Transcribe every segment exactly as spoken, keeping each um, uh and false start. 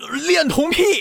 恋童癖。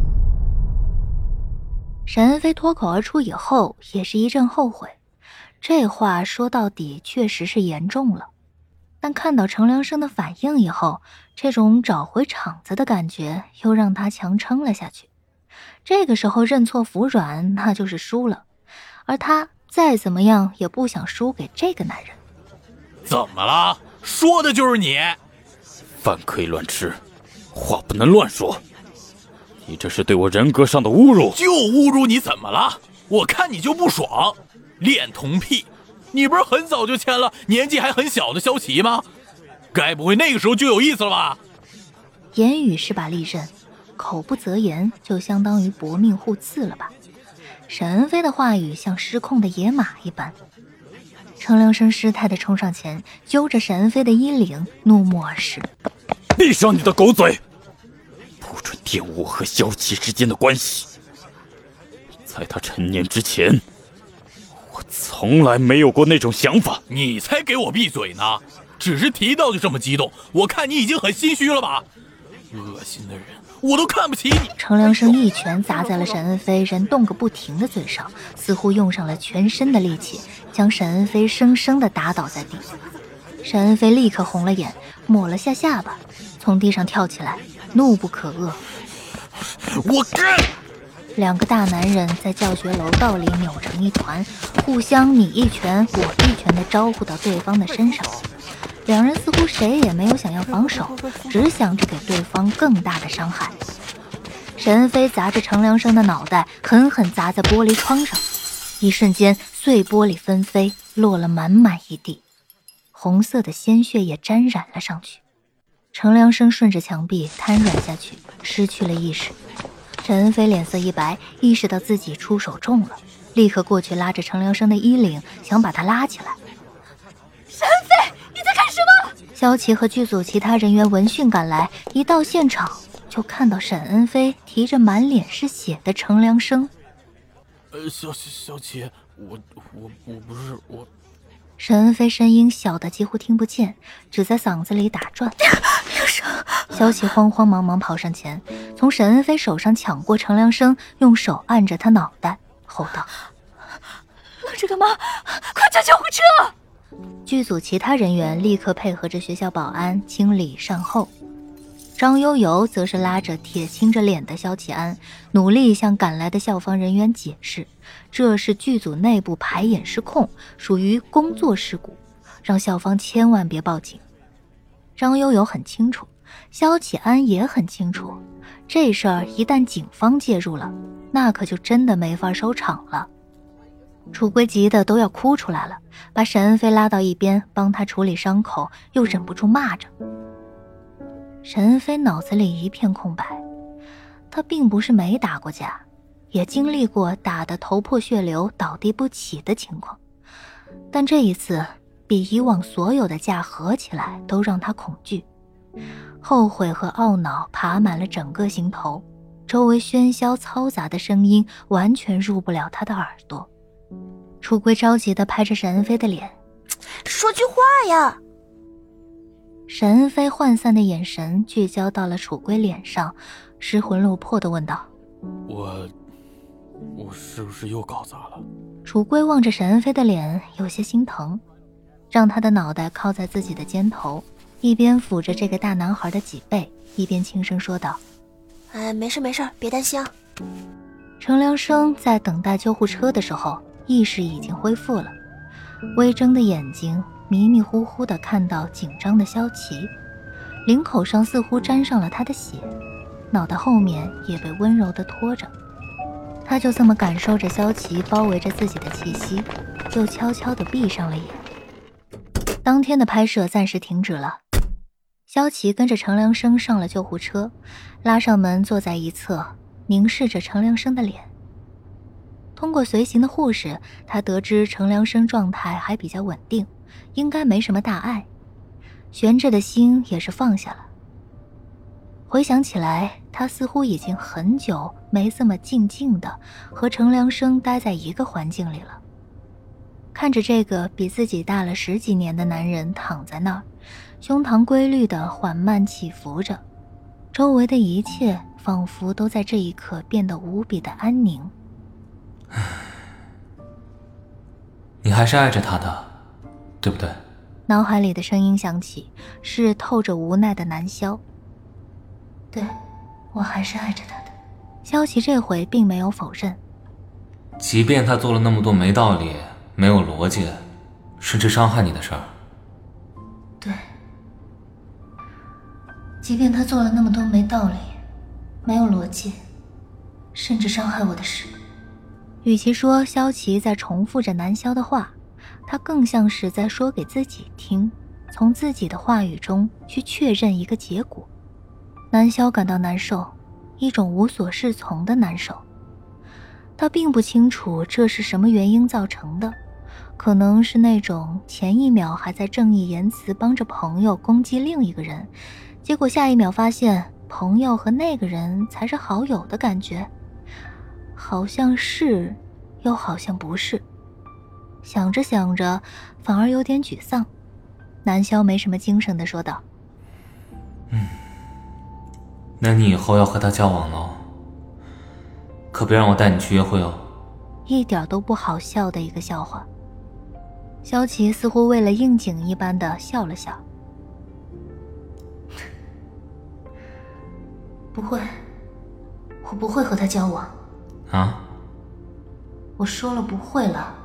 沈恩飞脱口而出以后，也是一阵后悔。这话说到底确实是严重了，但看到程良生的反应以后，这种找回场子的感觉又让他强撑了下去。这个时候认错服软，那就是输了，而他再怎么样也不想输给这个男人。 怎么了？说的就是你。 饭可以乱吃，话不能乱说。你这是对我人格上的侮辱。 就侮辱你怎么了？我看你就不爽。恋童癖，你不是很早就签了年纪还很小的萧琪吗？该不会那个时候就有意思了吧？ 言语是把利刃，口不择言就相当于搏命互刺了吧。沈恩飞的话语像失控的野马一般。程良生失态地冲上前，揪着沈恩飞的衣领，怒目而视。 闭上你的狗嘴，不准玷污我和萧琪之间的关系。在他成年之前，我从来没有过那种想法。 你才给我闭嘴呢！只是提到就这么激动，我看你已经很心虚了吧？恶心的人，我都看不起你！ 程良生一拳砸在了沈恩飞人动个不停的嘴上，似乎用上了全身的力气，将沈恩飞生生的打倒在地。沈恩飞立刻红了眼，抹了下下巴，从地上跳起来，怒不可遏。 我干！ 两个大男人在教学楼道里扭成一团，互相你一拳我一拳的招呼到对方的身上。两人似乎谁也没有想要防守，只想着给对方更大的伤害。沈恩飞砸着程良生的脑袋，狠狠砸在玻璃窗上，一瞬间碎玻璃纷飞，落了满满一地，红色的鲜血也沾染了上去。程良生顺着墙壁瘫软下去，失去了意识。沈恩飞脸色一白，意识到自己出手重了，立刻过去拉着程良生的衣领，想把他拉起来。 沈恩飞，你在干什么？ 萧琪和剧组其他人员闻讯赶来，一到现场就看到沈恩飞提着满脸是血的程良生。 呃，萧萧琪，我我我不是我。 沈恩飞声音小的几乎听不见，只在嗓子里打转。萧琪慌慌忙忙跑上前，从沈恩飞手上抢过程良生，用手按着他脑袋，吼道： 愣着干嘛？快叫救护车！ 剧组其他人员立刻配合着学校保安清理善后。张悠悠则是拉着铁青着脸的萧启安，努力向赶来的校方人员解释，这是剧组内部排演失控，属于工作事故，让校方千万别报警。张悠悠很清楚，萧启安也很清楚，这事儿一旦警方介入了，那可就真的没法收场了。楚归急得都要哭出来了，把沈恩飞拉到一边帮他处理伤口，又忍不住骂着。沈恩飞脑子里一片空白，他并不是没打过架，也经历过打得头破血流倒地不起的情况，但这一次比以往所有的架合起来都让他恐惧，后悔和懊恼爬满了整个心头，周围喧嚣嘈杂的声音完全入不了他的耳朵。楚归着急地拍着沈恩飞的脸， 说句话呀！ 沈恩飞涣散的眼神聚焦到了楚归脸上，失魂落魄地问道： 我我是不是又搞砸了？ 楚归望着沈恩飞的脸，有些心疼，让他的脑袋靠在自己的肩头，一边抚着这个大男孩的脊背，一边轻声说道： 哎，没事没事，别担心啊。 程良生在等待救护车的时候，意识已经恢复了，微睁的眼睛迷迷糊糊地看到紧张的萧琪，领口上似乎沾上了他的血，脑袋后面也被温柔地拖着。他就这么感受着萧琪包围着自己的气息，又悄悄地闭上了眼。当天的拍摄暂时停止了，萧琪跟着程良生上了救护车，拉上门坐在一侧，凝视着程良生的脸。通过随行的护士，他得知程良生状态还比较稳定，应该没什么大碍，悬着的心也是放下了。回想起来，他似乎已经很久没这么静静的和程良生待在一个环境里了。看着这个比自己大了十几年的男人躺在那儿，胸膛规律的缓慢起伏着，周围的一切仿佛都在这一刻变得无比的安宁。 你还是爱着他的，对不对？ 脑海里的声音响起，是透着无奈的南萧。对，我还是爱着他的。萧琪这回并没有否认。 即便他做了那么多没道理、没有逻辑，甚至伤害你的事儿。 对，即便他做了那么多没道理、没有逻辑，甚至伤害我的事。与其说萧琪在重复着南萧的话，他更像是在说给自己听，从自己的话语中去确认一个结果。南萧感到难受，一种无所适从的难受。他并不清楚这是什么原因造成的，可能是那种前一秒还在正义言辞帮着朋友攻击另一个人，结果下一秒发现朋友和那个人才是好友的感觉，好像是又好像不是。想着想着反而有点沮丧。南萧没什么精神地说道： 嗯，那你以后要和他交往喽，可别让我带你去约会哦。 一点都不好笑的一个笑话。萧琪似乎为了应景一般的笑了笑。不会，我不会和他交往。 啊？ 我说了不会了。